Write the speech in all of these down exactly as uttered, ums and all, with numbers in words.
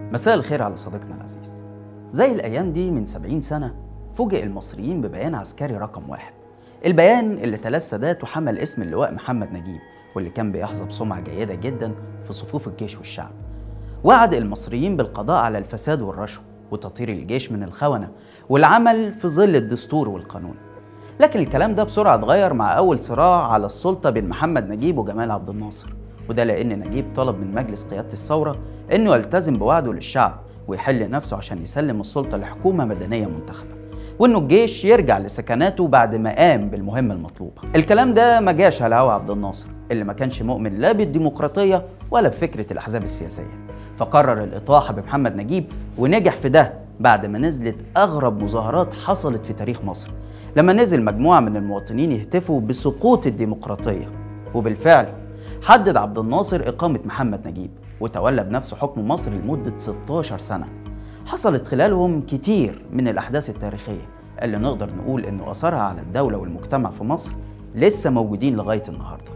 مساء الخير على صديقنا العزيز. زي الأيام دي من سبعين سنة فوجئ المصريين ببيان عسكري رقم واحد، البيان اللي تلاه السادات وحمل اسم اللواء محمد نجيب، واللي كان بيحظى بسمعة جيدة جدا في صفوف الجيش والشعب. وعد المصريين بالقضاء على الفساد والرشوة وتطهير الجيش من الخونة والعمل في ظل الدستور والقانون. لكن الكلام ده بسرعة اتغير مع أول صراع على السلطة بين محمد نجيب وجمال عبد الناصر، وده لأن نجيب طلب من مجلس قيادة الثورة إنه يلتزم بوعده للشعب ويحل نفسه عشان يسلم السلطة لحكومة مدنية منتخبة، وإنه الجيش يرجع لسكناته بعد ما قام بالمهمة المطلوبة. الكلام ده ما جاش على هوا عبد الناصر اللي ما كانش مؤمن لا بالديمقراطية ولا بفكرة الأحزاب السياسية، فقرر الإطاحة بمحمد نجيب ونجح في ده بعد ما نزلت أغرب مظاهرات حصلت في تاريخ مصر، لما نزل مجموعة من المواطنين يهتفوا بسقوط الديمقراطية. وبالفعل حدد عبد الناصر إقامة محمد نجيب وتولى بنفسه حكم مصر لمدة ستاشر سنة. حصلت خلالهم كتير من الأحداث التاريخية اللي نقدر نقول إنه أثرها على الدولة والمجتمع في مصر لسه موجودين لغاية النهاردة.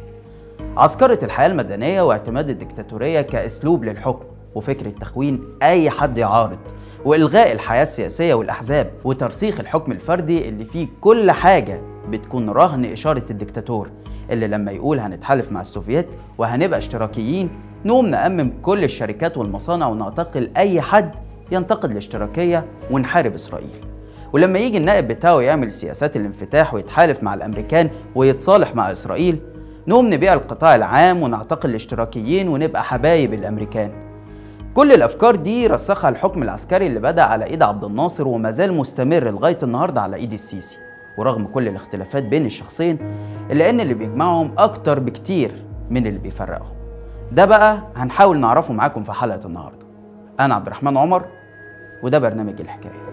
عسكرة الحياة المدنية واعتماد الدكتاتورية كأسلوب للحكم، وفكرة تخوين أي حد يعارض، وإلغاء الحياة السياسية والأحزاب، وترسيخ الحكم الفردي اللي فيه كل حاجة بتكون رهن إشارة الدكتاتور اللي لما يقول هنتحالف مع السوفييت وهنبقى اشتراكيين نقوم نأمم كل الشركات والمصانع ونعتقل أي حد ينتقد الاشتراكية ونحارب إسرائيل. ولما يجي النائب بتاعه يعمل سياسات الانفتاح ويتحالف مع الأمريكان ويتصالح مع إسرائيل نقوم نبيع القطاع العام ونعتقل الاشتراكيين ونبقى حبايب الأمريكان. كل الأفكار دي رسخها الحكم العسكري اللي بدأ على إيد عبد الناصر وما زال مستمر لغاية النهاردة على إيد السيسي، ورغم كل الاختلافات بين الشخصين إلا إن اللي بيجمعهم أكتر بكتير من اللي بيفرقهم. ده بقى هنحاول نعرفه معاكم في حلقة النهاردة. أنا عبد الرحمن عمر وده برنامج الحكاية.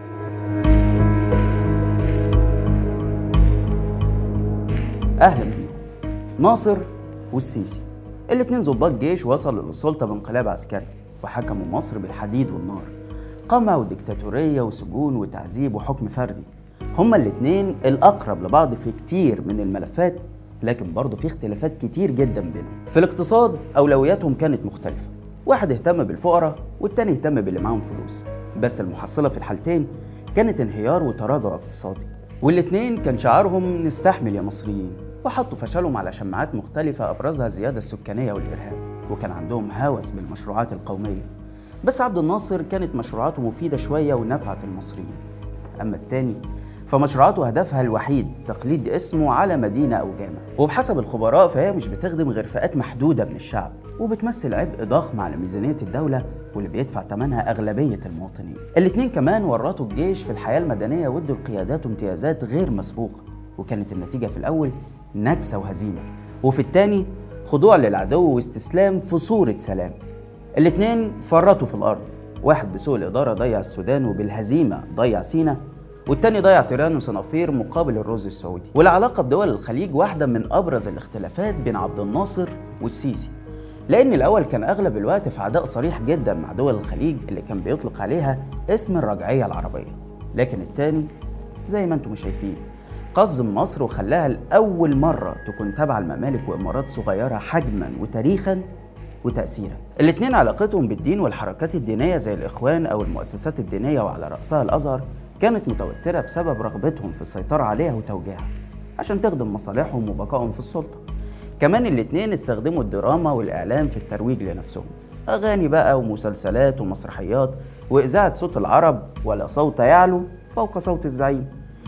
أهلا بيكم. ناصر والسيسي الاتنين ضباط جيش وصلوا للسلطة بانقلاب عسكري وحكموا مصر بالحديد والنار، قمعوا ديكتاتورية وسجون وتعذيب وحكم فردي. هما الاتنين الأقرب لبعض في كتير من الملفات، لكن برضه في اختلافات كتير جدا بينهم. في الاقتصاد أولوياتهم كانت مختلفة، واحد اهتم بالفقراء والتاني اهتم باللي معاهم فلوس، بس المحصلة في الحالتين كانت انهيار وتراجع اقتصادي. والاتنين كان شعارهم نستحمل يا مصريين، وحطوا فشلهم على شماعات مختلفة أبرزها الزيادة السكانية والإرهاب، وكان عندهم هوس بالمشروعات القومية. بس عبد الناصر كانت مشروعاته مفيدة شوية ونفعت المصريين، أما التاني فمشروعاته هدفها الوحيد تقليد اسمه على مدينة أو جامع، وبحسب الخبراء فهي مش بتخدم غير فئات محدودة من الشعب، وبتمثل عبء ضخم على ميزانية الدولة واللي بيدفع ثمنها أغلبية المواطنين. الاتنين كمان ورطوا الجيش في الحياة المدنية وادوا القيادات امتيازات غير مسبوقة، وكانت النتيجة في الأول نكسة وهزيمة، وفي التاني خضوع للعدو واستسلام في صورة سلام. الاتنين فرطوا في الأرض، واحد بسوء الإدارة ضيع السودان وبالهزيمة ضيع سينا، والتاني ضيع تيران وصنافير مقابل الرز السعودي. والعلاقة بدول الخليج واحدة من أبرز الاختلافات بين عبد الناصر والسيسي، لأن الأول كان أغلب الوقت في عداء صريح جدا مع دول الخليج اللي كان بيطلق عليها اسم الرجعية العربية، لكن التاني زي ما انتم شايفين قزم مصر وخلاها لأول مرة تكون تابعة لممالك وإمارات صغيرة حجما وتاريخا وتأثيرا. الاتنين علاقتهم بالدين والحركات الدينية زي الإخوان أو المؤسسات الدينية وعلى رأسها الأزهر كانت متوترة بسبب رغبتهم في السيطرة عليها وتوجيهها عشان تخدم مصالحهم وبقائهم في السلطة. كمان الاتنين استخدموا الدراما والإعلام في الترويج لنفسهم، أغاني بقى ومسلسلات ومسرحيات وإذاعة صوت العرب ولا صوت يعلو فوق صوت الزعيم.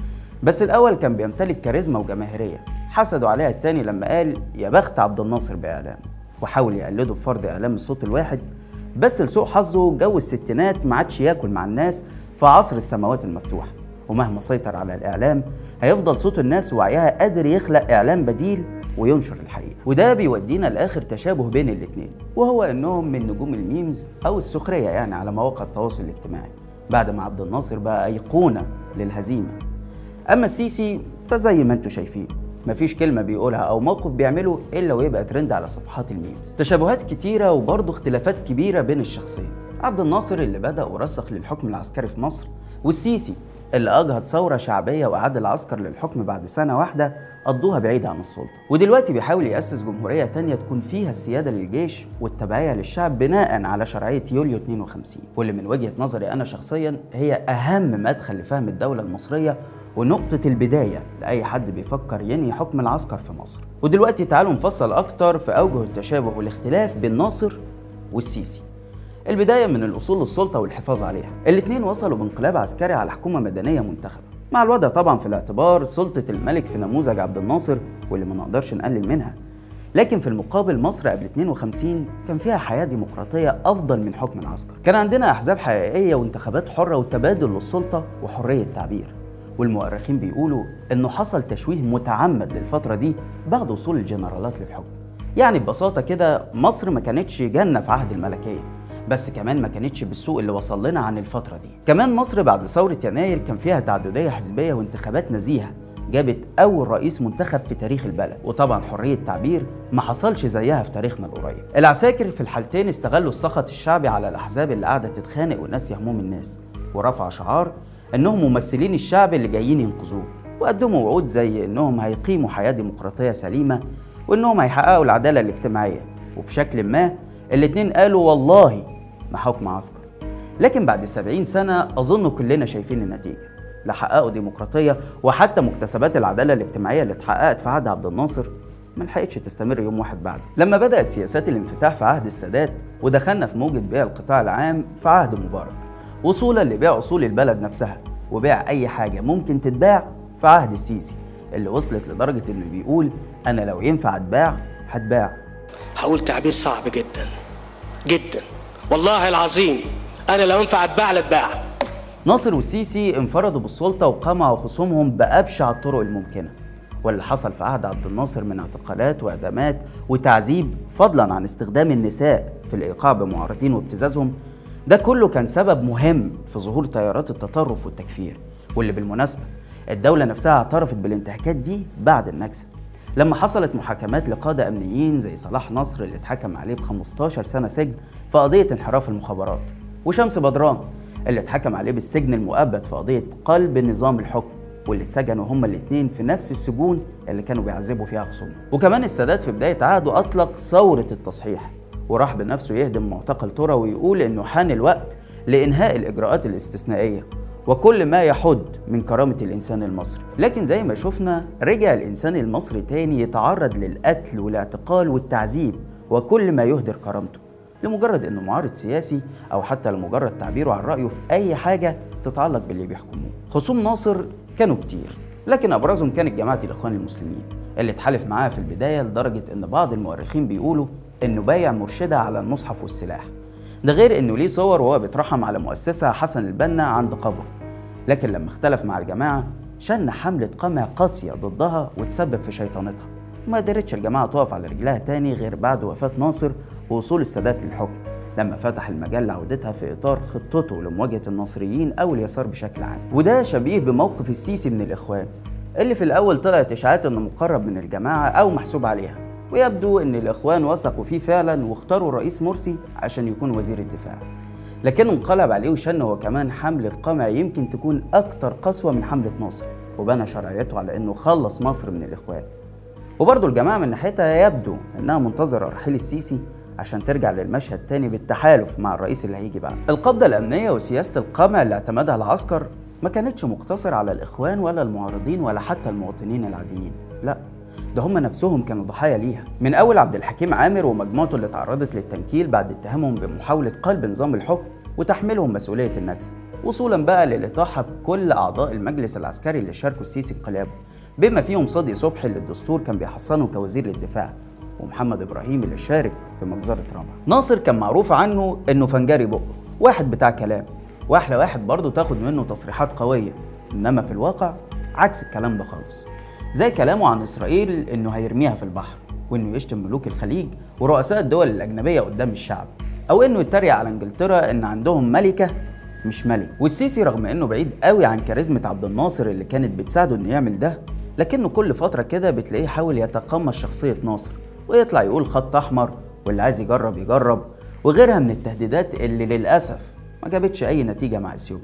بس الأول كان بيمتلك كاريزما وجماهيرية، حسدوا عليها التاني لما قال يا بخت عبد الناصر بإعلامه، وحاول يقلده بفرض إعلام الصوت الواحد. بس لسوء حظه جو الستينات ما عادش ياكل مع الناس في عصر السماوات المفتوحة، ومهما سيطر على الإعلام هيفضل صوت الناس ووعيها قادر يخلق إعلام بديل وينشر الحقيقة. وده بيودينا لآخر تشابه بين الاتنين، وهو إنهم من نجوم الميمز أو السخرية يعني على مواقع التواصل الاجتماعي، بعد ما عبد الناصر بقى أيقونة للهزيمة. أما السيسي فزي ما انتم شايفين مفيش كلمة بيقولها أو موقف بيعمله إلا ويبقى ترند على صفحات الميمز. تشابهات كتيرة وبرضه اختلافات كبيرة بين الشخصين، عبد الناصر اللي بدأ ورسخ للحكم العسكري في مصر، والسيسي اللي أجهض ثورة شعبية وأعاد العسكر للحكم بعد سنة واحدة قضوها بعيد عن السلطة، ودلوقتي بيحاول يأسس جمهورية تانية تكون فيها السيادة للجيش والتبعية للشعب بناء على شرعية يوليو اتنين وخمسين، واللي من وجهة نظري أنا شخصيا هي أهم مدخل لفهم الدولة المصرية ونقطة البداية لأي حد بيفكر ينهي حكم العسكر في مصر. ودلوقتي تعالوا نفصل أكتر في أوجه التشابه والاختلاف بين ناصر والسيسي. البداية من الوصول للسلطة والحفاظ عليها، الاتنين وصلوا بانقلاب عسكري على حكومة مدنية منتخبة، مع الوضع طبعا في الاعتبار سلطة الملك في نموذج عبد الناصر واللي ما نقدرش نقلل منها. لكن في المقابل مصر قبل اتنين وخمسين كان فيها حياة ديمقراطية أفضل من حكم العسكر، كان عندنا أحزاب حقيقية وانتخابات حرة وتبادل للسلطة وحرية تعبير. والمؤرخين بيقولوا إنه حصل تشويه متعمد للفترة دي بعد وصول الجنرالات للحكم. يعني ببساطة كده مصر ما كانتش جنة في عهد الملكية، بس كمان ما كانتش بالسوء اللي وصل لنا عن الفترة دي. كمان مصر بعد ثورة يناير كان فيها تعددية حزبية وانتخابات نزيهة جابت أول رئيس منتخب في تاريخ البلد، وطبعا حرية تعبير ما حصلش زيها في تاريخنا القريب. العساكر في الحالتين استغلوا السخط الشعبي على الأحزاب اللي قاعدة تتخانق وناسية هموم الناس، ورفع شعار إنهم ممثلين الشعب اللي جايين ينقذوه، وقدموا وعود زي إنهم هيقيموا حياة ديمقراطية سليمة وإنهم هيحققوا العدالة الاجتماعية، وبشكل ما الاتنين قالوا والله ما حكم عسكر. لكن بعد سبعين سنة أظن كلنا شايفين النتيجة، لا حققوا ديمقراطية، وحتى مكتسبات العدالة الاجتماعية اللي اتحققت في عهد عبد الناصر ما لحقتش تستمر يوم واحد بعده. لما بدأت سياسات الانفتاح في عهد السادات ودخلنا في موجة بيع القطاع العام في عهد مبارك، وصولا لبيع أصول البلد نفسها وبيع أي حاجة ممكن تتباع في عهد السيسي، اللي وصلت لدرجة إنه بيقول أنا لو ينفع أتباع هتباع. هقول تعبير صعب جدا جدا، والله العظيم أنا لو ينفع أتباع لأتباع. ناصر والسيسي انفردوا بالسلطة وقمعوا خصومهم بأبشع الطرق الممكنة، واللي حصل في عهد عبد الناصر من اعتقالات وإعدامات وتعذيب، فضلا عن استخدام النساء في الإيقاع بمعارضين وابتزازهم، ده كله كان سبب مهم في ظهور تيارات التطرف والتكفير، واللي بالمناسبة الدولة نفسها اعترفت بالانتهاكات دي بعد النكسة، لما حصلت محاكمات لقادة أمنيين زي صلاح نصر اللي اتحكم عليه ب خمستاشر سنة سجن في قضية انحراف المخابرات، وشمس بدران اللي اتحكم عليه بالسجن المؤبد في قضية قلب نظام الحكم، واللي اتسجنوا هما الاتنين في نفس السجون اللي كانوا بيعذبوا فيها خصومهم. وكمان السادات في بداية عهده أطلق ثورة التصحيح، وراح بنفسه يهدم معتقل ترى ويقول إنه حان الوقت لإنهاء الإجراءات الاستثنائية وكل ما يحد من كرامة الإنسان المصري. لكن زي ما شفنا رجع الإنسان المصري تاني يتعرض للقتل والاعتقال والتعذيب وكل ما يهدر كرامته، لمجرد إنه معارض سياسي أو حتى لمجرد تعبيره عن رأيه في أي حاجة تتعلق باللي بيحكموه. خصوم ناصر كانوا كتير، لكن أبرزهم كانت جماعة الإخوان المسلمين اللي اتحالف معاها في البداية لدرجة إن بعض المؤرخين بيقولوا إنه بايع مرشدة على المصحف والسلاح، ده غير إنه ليه صور وهو بيترحم على مؤسسها حسن البنا عند قبره. لكن لما اختلف مع الجماعة شن حملة قمع قاسية ضدها وتسبب في شيطانتها، وما قدرتش الجماعة تقف على رجلها تاني غير بعد وفاة ناصر ووصول السادات للحكم، لما فتح المجال لعودتها في إطار خطته لمواجهة الناصريين أو اليسار بشكل عام. وده شبيه بموقف السيسي من الإخوان اللي في الأول طلعت إشاعات إنه مقرب من الجماعة أو محسوب عليها، ويبدو إن الإخوان وثقوا فيه فعلا واختاروا الرئيس مرسي عشان يكون وزير الدفاع، لكنه انقلب عليه وشن هو كمان حملة قمع يمكن تكون أكتر قسوة من حملة ناصر، وبنى شرعيته على إنه خلص مصر من الإخوان. وبرضه الجماعة من ناحيتها يبدو إنها منتظرة رحيل السيسي عشان ترجع للمشهد تاني بالتحالف مع الرئيس اللي هيجي بعد. القبضة الأمنية وسياسة القمع اللي اعتمدها العسكر ما كانتش مقتصرة على الإخوان ولا المعارضين ولا حتى المواطنين العاديين، لا ده هم نفسهم كانوا ضحايا ليها، من أول عبد الحكيم عامر ومجموعته اللي تعرضت للتنكيل بعد اتهامهم بمحاولة قلب نظام الحكم وتحميلهم مسؤولية النكسة، وصولا بقى للإطاحة بكل أعضاء المجلس العسكري اللي شاركوا السيسي انقلابه، بما فيهم صدقي صبحي اللي الدستور كان بيحصنه كوزير للدفاع، ومحمد إبراهيم اللي شارك في مجزرة رابعة. ناصر كان معروف عنه إنه فنجاري بقه، واحد بتاع كلام، واحلى واحد برضه تاخد منه تصريحات قوية، إنما في الواقع عكس الكلام ده خالص، زي كلامه عن إسرائيل إنه هيرميها في البحر، وإنه يشتم ملوك الخليج ورؤساء الدول الأجنبية قدام الشعب، أو إنه يتريق على إنجلترا إن عندهم ملكة مش ملك. والسيسي رغم إنه بعيد قوي عن كاريزمة عبد الناصر اللي كانت بتساعده إنه يعمل ده، لكنه كل فترة كده بتلاقيه يحاول يتقمص شخصية ناصر ويطلع يقول خط أحمر واللي عايز يجرب يجرب، وغيرها من التهديدات اللي للأسف ما جابتش أي نتيجة مع إثيوبيا،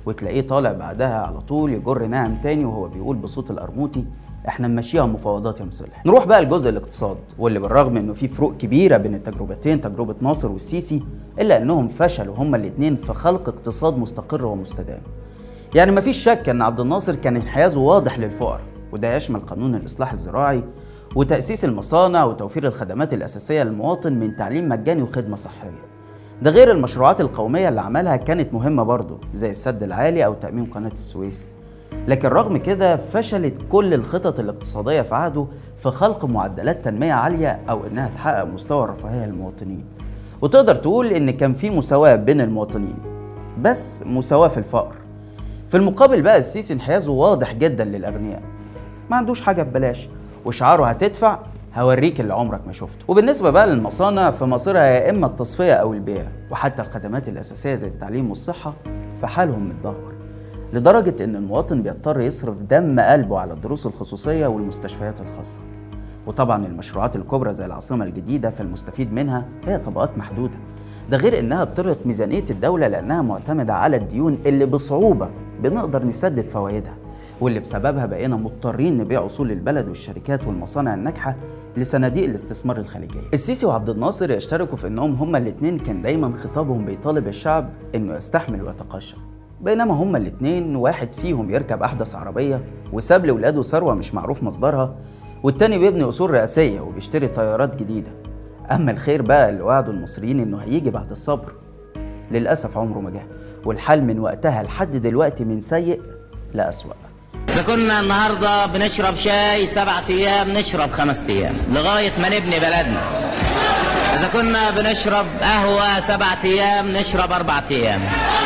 وتلاقيه طالع بعدها على طول يجر ناعم تاني وهو بيقول بصوت القرموطي احنا ماشيها مفاوضات يا مصلح. نروح بقى لجزء الاقتصاد، واللي بالرغم انه في فروق كبيره بين التجربتين، تجربه ناصر والسيسي، الا انهم فشلوا هما الاثنين في خلق اقتصاد مستقر ومستدام. يعني مفيش شك ان عبد الناصر كان انحيازه واضح للفقراء، وده يشمل قانون الاصلاح الزراعي وتاسيس المصانع وتوفير الخدمات الاساسيه للمواطن من تعليم مجاني وخدمه صحيه. ده غير المشروعات القوميه اللي عملها كانت مهمه برضه، زي السد العالي او تاميم قناه السويس. لكن رغم كده فشلت كل الخطط الاقتصاديه في عهده في خلق معدلات تنميه عاليه او انها تحقق مستوى الرفاهيه للمواطنين. وتقدر تقول ان كان في مساواه بين المواطنين، بس مساواه في الفقر. في المقابل بقى السيسي انحيازه واضح جدا للاغنياء، ما عندوش حاجه ببلاش، وشعاره هتدفع هوريك اللي عمرك ما شفته. وبالنسبه بقى للمصانع فمصيرها يا اما التصفيه او البيع، وحتى الخدمات الاساسيه زي التعليم والصحه في حالهم متدهور، لدرجه ان المواطن بيضطر يصرف دم قلبه على الدروس الخصوصيه والمستشفيات الخاصه. وطبعا المشروعات الكبرى زي العاصمه الجديده فالمستفيد منها هي طبقات محدوده، ده غير انها بترهق ميزانيه الدوله لانها معتمده على الديون اللي بصعوبه بنقدر نسدد فوائدها، واللي بسببها بقينا مضطرين نبيع اصول البلد والشركات والمصانع الناجحه لصناديق الاستثمار الخليجيه. السيسي وعبد الناصر يشتركوا في انهم هما الاثنين كان دايما خطابهم بيطالب الشعب انه يستحمل ويتقشف، بينما هما الاثنين واحد فيهم يركب احدث عربيه وساب لاولاده ثروه مش معروف مصدرها، والتاني بيبني اصول رئاسيه وبيشتري طيارات جديده. اما الخير بقى اللي وعدوا المصريين انه هيجي بعد الصبر، للاسف عمره ما جه، والحال من وقتها لحد دلوقتي من سيء لأسوأ. إذا كنا النهارده بنشرب شاي سبعة أيام نشرب خمس أيام لغاية ما نبني بلدنا. إذا كنا بنشرب قهوة سبعة أيام نشرب أربعة أيام.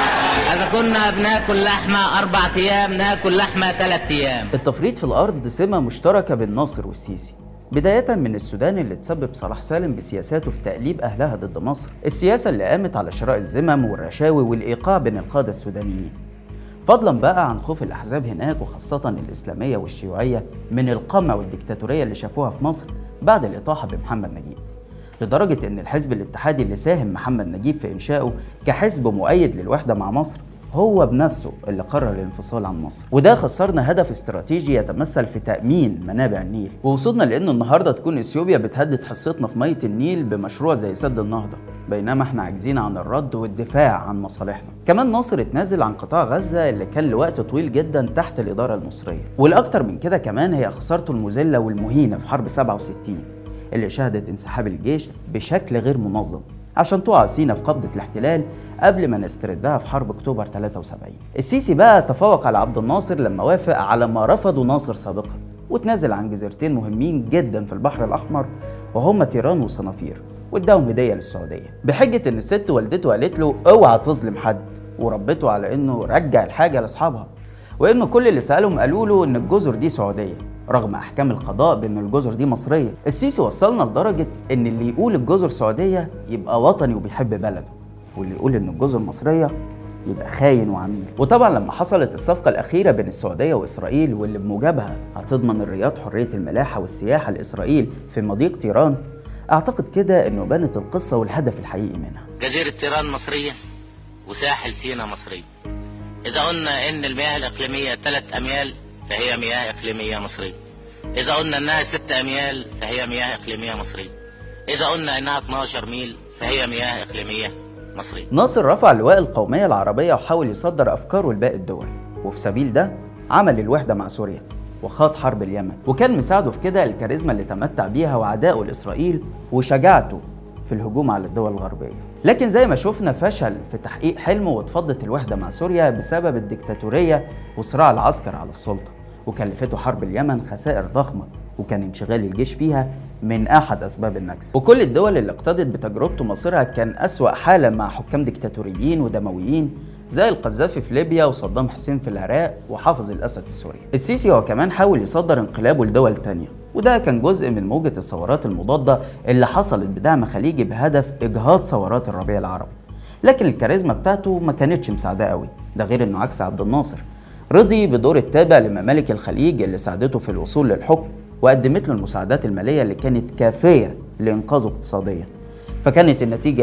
إذا كنا بناكل لحمة أربعة أيام ناكل لحمة ثلاث أيام. التفريط في الأرض سمة مشتركة بين ناصر والسيسي، بداية من السودان اللي تسبب صلاح سالم بسياساته في تقليب أهلها ضد مصر، السياسة اللي قامت على شراء الذمم والرشاوي والإيقاع بين القادة السودانيين، فضلا بقى عن خوف الأحزاب هناك وخاصة الإسلامية والشيوعية من القمع والديكتاتورية اللي شافوها في مصر بعد الإطاحة بمحمد نجيب، لدرجة إن الحزب الاتحادي اللي ساهم محمد نجيب في إنشائه كحزب مؤيد للوحدة مع مصر هو بنفسه اللي قرر الانفصال عن مصر، وده خسرنا هدف استراتيجي يتمثل في تأمين منابع النيل، ووصلنا لأنه النهارده تكون اثيوبيا بتهدد حصتنا في مية النيل بمشروع زي سد النهضة، بينما احنا عاجزين عن الرد والدفاع عن مصالحنا. كمان ناصر اتنازل عن قطاع غزة اللي كان لوقت طويل جدا تحت الإدارة المصرية، والأكتر من كده كمان هي خسارته المذلة والمهينة في حرب سبعة وستين اللي شهدت انسحاب الجيش بشكل غير منظم عشان تقع سينا في قبضة الاحتلال قبل ما نستردها في حرب اكتوبر ثلاثة وسبعين. السيسي بقى تفوق على عبد الناصر لما وافق على ما رفضه ناصر سابقا، وتنازل عن جزيرتين مهمين جدا في البحر الاحمر وهما تيران وصنافير، واداهم هديه للسعوديه بحجه ان الست والدته قالت له اوعى تظلم حد، وربته على انه رجع الحاجه لاصحابها، وانه كل اللي سالهم قالوا له ان الجزر دي سعوديه رغم احكام القضاء بان الجزر دي مصريه. السيسي وصلنا لدرجه ان اللي يقول الجزر سعوديه يبقى وطني وبيحب بلده، واللي يقول ان الجزر مصريه يبقى خاين وعميل. وطبعا لما حصلت الصفقه الاخيره بين السعوديه واسرائيل واللي بموجبها هتضمن الرياض حريه الملاحه والسياحه لاسرائيل في مضيق تيران، اعتقد كده انه بانت القصه والهدف الحقيقي منها. جزيره تيران مصريه وساحل سيناء مصري. اذا قلنا ان المياه الاقليميه ثلاث اميال فهي مياه اقليميه مصريه. اذا قلنا انها ست اميال فهي مياه اقليميه مصريه. اذا قلنا انها اثناشر ميل فهي مياه اقليميه مصريه. ناصر رفع لواء القوميه العربيه وحاول يصدر افكاره لباقي الدول، وفي سبيل ده عمل الوحده مع سوريا وخاض حرب اليمن، وكان مساعده في كده الكاريزما اللي تمتع بيها وعدائه لاسرائيل وشجاعته في الهجوم على الدول الغربيه. لكن زي ما شفنا فشل في تحقيق حلمه واتفضت الوحده مع سوريا بسبب الديكتاتوريه وصراع العسكر على السلطه، وكلفته حرب اليمن خسائر ضخمه، وكان انشغال الجيش فيها من احد اسباب النكسه. وكل الدول اللي اقتدت بتجربته مصيرها كان اسوأ حالا مع حكام ديكتاتوريين ودمويين زي القذافي في ليبيا وصدام حسين في العراق وحافظ الاسد في سوريا. السيسي هو كمان حاول يصدر انقلابه لدول تانية، وده كان جزء من موجة الثورات المضادة اللي حصلت بدعم خليجي بهدف اجهاض ثورات الربيع العربي. لكن الكاريزما بتاعته ما كانتش مساعداه قوي، ده غير انه عكس عبد الناصر رضي بدور التابع لممالك الخليج اللي ساعدته في الوصول للحكم وقدمت له المساعدات المالية اللي كانت كافية لإنقاذه اقتصاديا. فكانت النتيجة إيه؟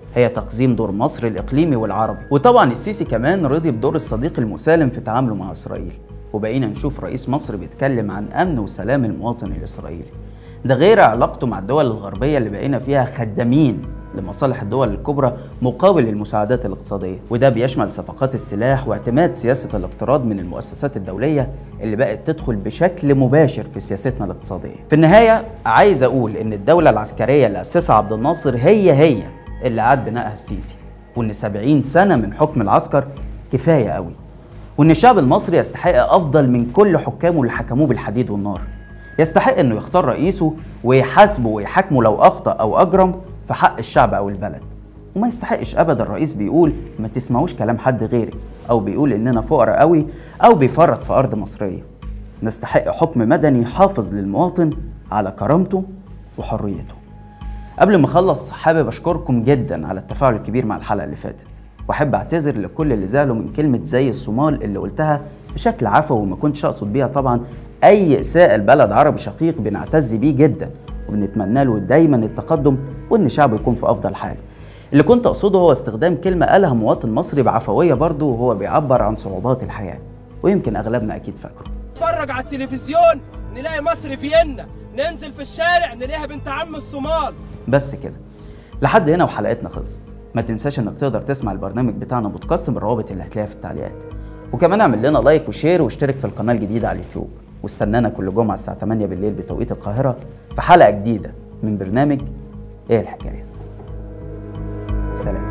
هي تقزيم دور مصر الإقليمي والعربي. وطبعا السيسي كمان رضي بدور الصديق المسالم في تعامله مع إسرائيل، وبقينا نشوف رئيس مصر بيتكلم عن أمن وسلام المواطن الإسرائيلي. ده غير علاقته مع الدول الغربية اللي بقينا فيها خدامين لمصالح الدول الكبرى مقابل المساعدات الاقتصادية، وده بيشمل صفقات السلاح واعتماد سياسة الاقتراض من المؤسسات الدولية اللي بقت تدخل بشكل مباشر في سياستنا الاقتصادية. في النهاية عايز أقول إن الدولة العسكرية اللي أسسها عبد الناصر هي هي اللي عاد بنائها السيسي، وإن سبعين سنة من حكم العسكر كفاية قوي، وإن الشعب المصري يستحق أفضل من كل حكامه اللي حكموه بالحديد والنار. يستحق إنه يختار رئيسه ويحاسبه ويحاكمه لو أخطأ أو أجرم في حق الشعب أو البلد، وما يستحقش أبدا الرئيس بيقول ما تسمعوش كلام حد غيري، أو بيقول إننا فقراء قوي، أو بيفرط في أرض مصرية. نستحق حكم مدني حافظ للمواطن على كرامته وحريته. قبل ما أخلص حابب أشكركم جدا على التفاعل الكبير مع الحلقة اللي فاتت، وأحب أعتذر لكل اللي زعلوا من كلمة زي الصومال اللي قلتها بشكل عفوي وما كنتش أقصد بيها طبعا أي إساءة لبلد عربي شقيق بنعتز بيه جدا وبنتمنى له دايما التقدم وإن شعبه يكون في أفضل حال. اللي كنت أقصده هو استخدام كلمة قالها مواطن مصري بعفوية برضه وهو بيعبر عن صعوبات الحياة، ويمكن أغلبنا أكيد فاكره. نتفرج على التلفزيون نلاقي مصر فيينا، ننزل في الشارع نلاقيها بنت عم الصومال. بس كده، لحد هنا وحلقتنا خلصت. ما تنساش انك تقدر تسمع البرنامج بتاعنا بودكاست بالروابط اللي هتلاقيها في التعليقات، وكمان اعمل لنا لايك وشير واشترك في القناه الجديده على اليوتيوب، واستنانا كل جمعه الساعه تمانية بالليل بتوقيت القاهره في حلقه جديده من برنامج ايه الحكايه. سلام.